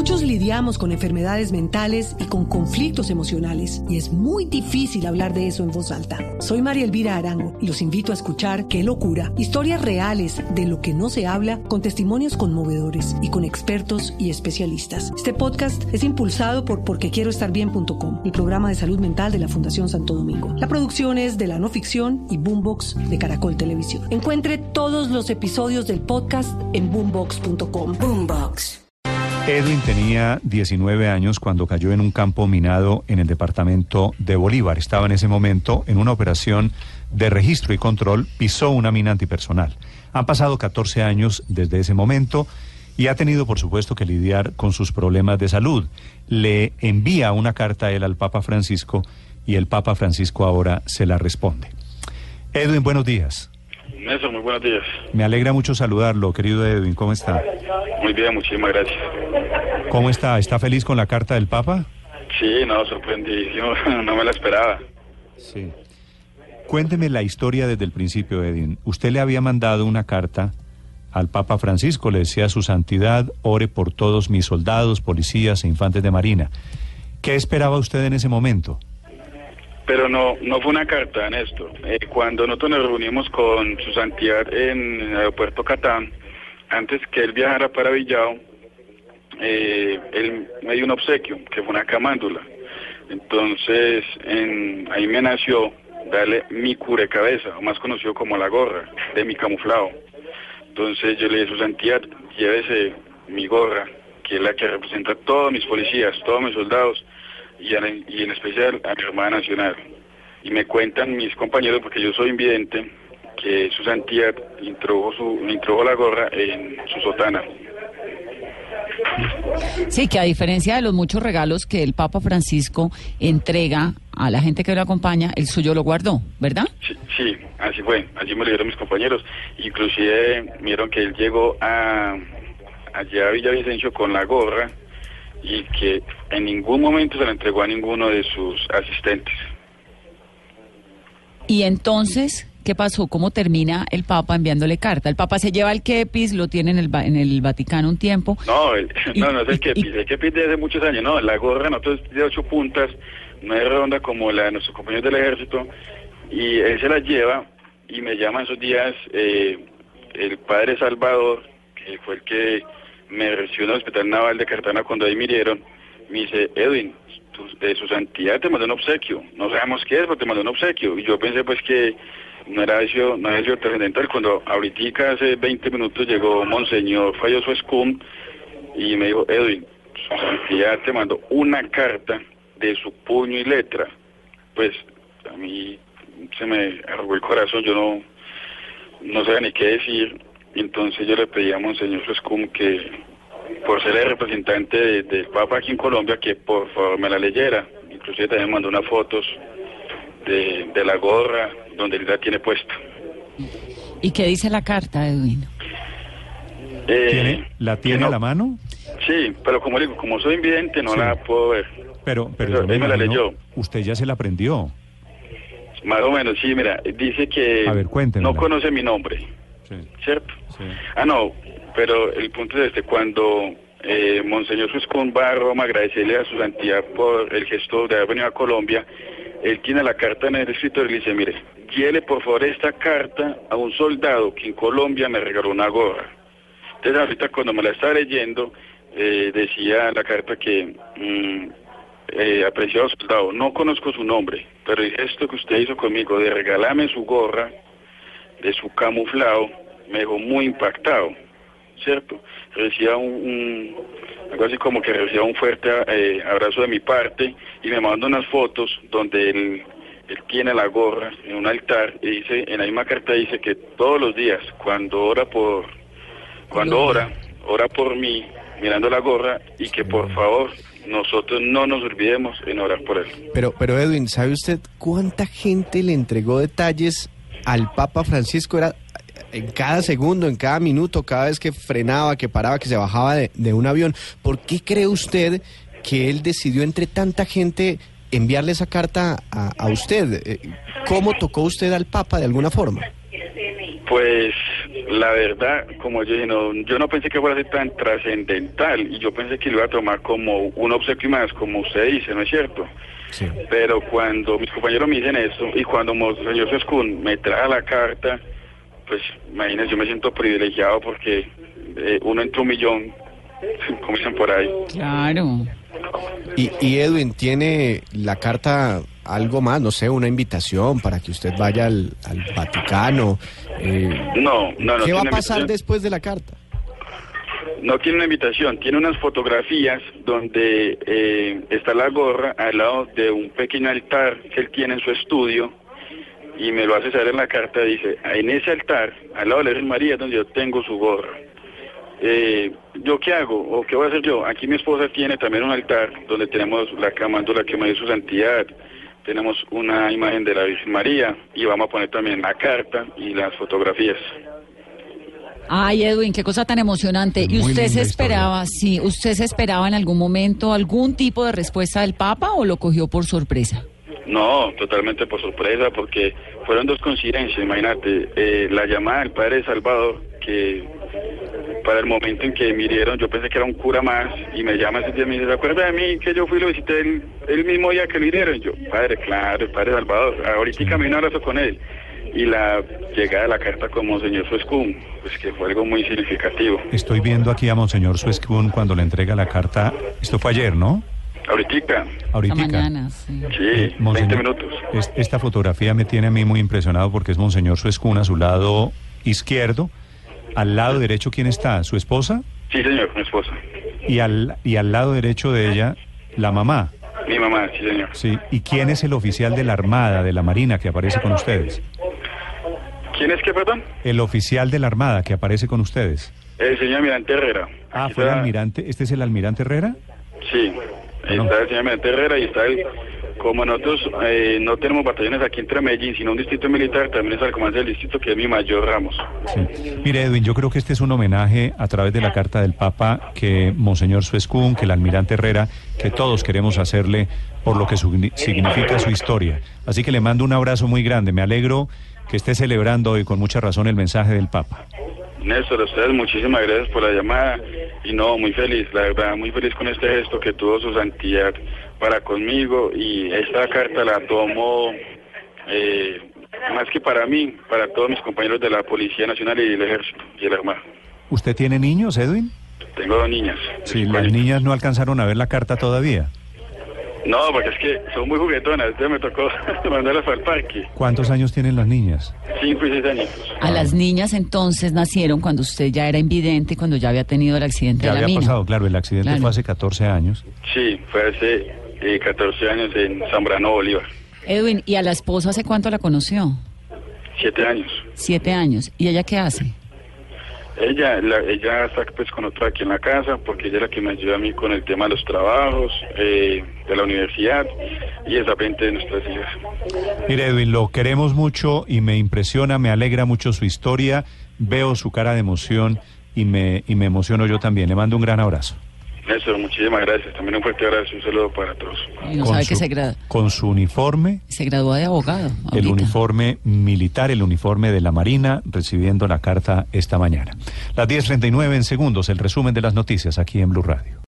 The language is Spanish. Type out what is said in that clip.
Muchos lidiamos con enfermedades mentales y con conflictos emocionales, y es muy difícil hablar de eso en voz alta. Soy María Elvira Arango y los invito a escuchar Qué Locura, historias reales de lo que no se habla, con testimonios conmovedores y con expertos y especialistas. Este podcast es impulsado por porquequieroestarbien.com, el programa de salud mental de la Fundación Santo Domingo. La producción es de La No Ficción y Boombox de Caracol Televisión. Encuentre todos los episodios del podcast en boombox.com. Boombox. Edwin tenía 19 años cuando cayó en un campo minado en el departamento de Bolívar. Estaba en ese momento en una operación de registro y control, pisó una mina antipersonal. Han pasado 14 años desde ese momento y ha tenido, por supuesto, que lidiar con sus problemas de salud. Le envía una carta a él al Papa Francisco y el Papa Francisco ahora se la responde. Edwin, buenos días. Néstor, muy buenos días. Me alegra mucho saludarlo, querido Edwin. ¿Cómo está? Muy bien, muchísimas gracias. ¿Cómo está? ¿Está feliz con la carta del Papa? Sí, no, sorprendidísimo, no me la esperaba. Sí. Cuénteme la historia desde el principio, Edwin. Usted le había mandado una carta al Papa Francisco, le decía: su santidad, ore por todos mis soldados, policías e infantes de marina. ¿Qué esperaba usted en ese momento? Pero no fue una carta, Néstor. Cuando nosotros nos reunimos con su santidad en el aeropuerto Catán, antes que él viajara para Villao, él me dio un obsequio, que fue una camándula. Entonces, ahí me nació darle mi cubrecabeza, o más conocido como la gorra, de mi camuflado. Entonces yo le dije: su santidad, llévese mi gorra, que es la que representa a todos mis policías, todos mis soldados, y en especial a mi Armada Nacional. Y me cuentan mis compañeros, porque yo soy invidente, que su santidad introdujo la gorra en su sotana. Sí, que a diferencia de los muchos regalos que el Papa Francisco entrega a la gente que lo acompaña, el suyo lo guardó, ¿verdad? Sí, así fue, así me lo dieron mis compañeros. Inclusive vieron que él llegó allá a Villavicencio con la gorra y que en ningún momento se la entregó a ninguno de sus asistentes. Y entonces, ¿qué pasó? ¿Cómo termina el Papa enviándole carta? El Papa se lleva el kepis, lo tiene en el Vaticano un tiempo. No es el kepis. El kepis de hace muchos años, no. La gorra nosotros es de 8 puntas, no es redonda como la de nuestros compañeros del ejército, y él se la lleva y me llama esos días el padre Salvador, que fue el que me recibió en el Hospital Naval de Cartagena cuando ahí mirieron. Me dice: Edwin, su santidad te mandó un obsequio, no sabemos qué es, pero te mandó un obsequio. Y yo pensé pues que no había sido trascendental, cuando ahorita hace 20 minutos llegó Monseñor Falloso Escum y me dijo: Edwin, su santidad te mandó una carta de su puño y letra. Pues a mí se me arrugó el corazón, yo no sabía ni qué decir. Entonces yo le pedí a Monseñor Escum que, por ser el representante del Papa aquí en Colombia, que por favor me la leyera. Inclusive también mandó unas fotos de la gorra donde él la tiene puesta. ¿Y qué dice la carta, Edwin? ¿La tiene a la mano? Sí, pero como digo, como soy invidente no la puedo ver. Pero él me la leyó. Usted ya se la aprendió. Más o menos, sí, mira, dice que no conoce mi nombre. Sí. ¿Cierto? Sí. No, pero el punto es cuando Monseñor Suscún va a Roma a agradecerle a su santidad por el gesto de haber venido a Colombia, él tiene la carta en el escritorio y le dice: mire, llévele por favor esta carta a un soldado que en Colombia me regaló una gorra. Entonces ahorita cuando me la estaba leyendo, decía la carta que apreciado soldado, no conozco su nombre, pero el gesto que usted hizo conmigo de regalarme su gorra, de su camuflado, me dejó muy impactado, ¿cierto? Recibía algo así como que recibía un fuerte abrazo de mi parte, y me mandó unas fotos donde él tiene la gorra en un altar, y dice, en la misma carta dice que todos los días, cuando ora por mí, mirando la gorra, y que por favor nosotros no nos olvidemos en orar por él. Pero Edwin, ¿sabe usted cuánta gente le entregó detalles al Papa Francisco? Era en cada segundo, en cada minuto, cada vez que frenaba, que paraba, que se bajaba de un avión. ¿Por qué cree usted que él decidió entre tanta gente enviarle esa carta a usted? ¿Cómo tocó usted al Papa de alguna forma? Pues La verdad, como yo dije, yo no pensé que fuera a ser tan trascendental y yo pensé que lo iba a tomar como un obsequio más, como usted dice, ¿no es cierto? Sí. Pero cuando mis compañeros me dicen esto y cuando Monseñor Suescún me trae la carta, pues imagínense, yo me siento privilegiado porque uno entre 1.000.000, como dicen por ahí. Claro. Y Edwin, ¿tiene la carta algo más? No sé, una invitación para que usted vaya al Vaticano. No. ¿Qué va a tiene pasar invitación. después de la carta? No tiene una invitación, tiene unas fotografías donde está la gorra al lado de un pequeño altar que él tiene en su estudio y me lo hace saber en la carta, dice, en ese altar, al lado de la Virgen María, es donde yo tengo su gorra. ¿Yo qué hago? ¿O qué voy a hacer yo? Aquí mi esposa tiene también un altar donde tenemos la camándula que me dio su santidad, tenemos una imagen de la Virgen María y vamos a poner también la carta y las fotografías. Ay, Edwin, qué cosa tan emocionante. ¿Y Muy usted se linda esperaba, sí, usted se esperaba en algún momento algún tipo de respuesta del Papa o lo cogió por sorpresa? No, totalmente por sorpresa, porque fueron dos coincidencias, imagínate, la llamada del padre Salvador, que para el momento en que me hirieron, yo pensé que era un cura más, y me llama ese día y me dice, ¿se acuerda de mí que yo fui y lo visité el mismo día que lo hirieron? Y yo, padre, claro, el padre Salvador, ahorita me abrazo con él. Y la llegada de la carta con Monseñor Suescún, pues que fue algo muy significativo. Estoy viendo aquí a Monseñor Suescún cuando le entrega la carta. Esto fue ayer, ¿no? Ahorita, Ahorita. Mañana, sí. sí, 20 minutos. Esta fotografía me tiene a mí muy impresionado porque es Monseñor Suescún a su lado izquierdo. Al lado derecho, ¿quién está? ¿Su esposa? Sí, señor, mi esposa. Y al lado derecho de ella, la mamá. Mi mamá, sí, señor. Sí. ¿Y quién es el oficial de la Armada, de la Marina, que aparece con ustedes? ¿Quién es que, perdón? El oficial de la Armada que aparece con ustedes. El señor Almirante Herrera. Ah, Aquí fue el está- almirante. ¿Este es el almirante Herrera? Sí, ahí Bueno. está el señor Almirante Herrera y está el... Como nosotros no tenemos batallones aquí entre Medellín, sino un distrito militar, también está el comandante del distrito, que es mi mayor Ramos. Sí. Mire, Edwin, yo creo que este es un homenaje a través de la carta del Papa que Monseñor Suescún, que el almirante Herrera, que todos queremos hacerle por lo que significa su historia. Así que le mando un abrazo muy grande. Me alegro que esté celebrando hoy con mucha razón el mensaje del Papa. Néstor, a ustedes muchísimas gracias por la llamada y no, muy feliz, la verdad, muy feliz con este gesto que tuvo su santidad para conmigo y esta carta la tomo más que para mí, para todos mis compañeros de la Policía Nacional y del Ejército y el Armado. ¿Usted tiene niños, Edwin? Tengo 2 niñas. Sí, las niñas no alcanzaron a ver la carta todavía. No, porque es que son muy juguetonas, entonces me tocó mandarlas al parque. ¿Cuántos años tienen las niñas? 5 y 6 años. A las niñas entonces nacieron cuando usted ya era invidente, cuando ya había tenido el accidente Ya de la había mina. pasado, claro, el accidente Claro. fue hace 14 años. Sí, fue hace 14 años en Zambrano, Bolívar. Edwin, ¿y a la esposa hace cuánto la conoció? 7 años. 7 años. ¿Y ella qué hace? Ella está pues con otra aquí en la casa porque ella es la que me ayuda a mí con el tema de los trabajos, de la universidad y esa frente de nuestras hijas. Mire, Edwin, lo queremos mucho y me impresiona, me alegra mucho su historia. Veo su cara de emoción y me emociono yo también. Le mando un gran abrazo. Néstor, muchísimas gracias. También un fuerte abrazo y un saludo para todos. Y no sabe que Con su uniforme, se gradúa de abogado. el ahorita. uniforme militar, el uniforme de la Marina, recibiendo la carta esta mañana. Las 10:39 en segundos, el resumen de las noticias aquí en Blue Radio.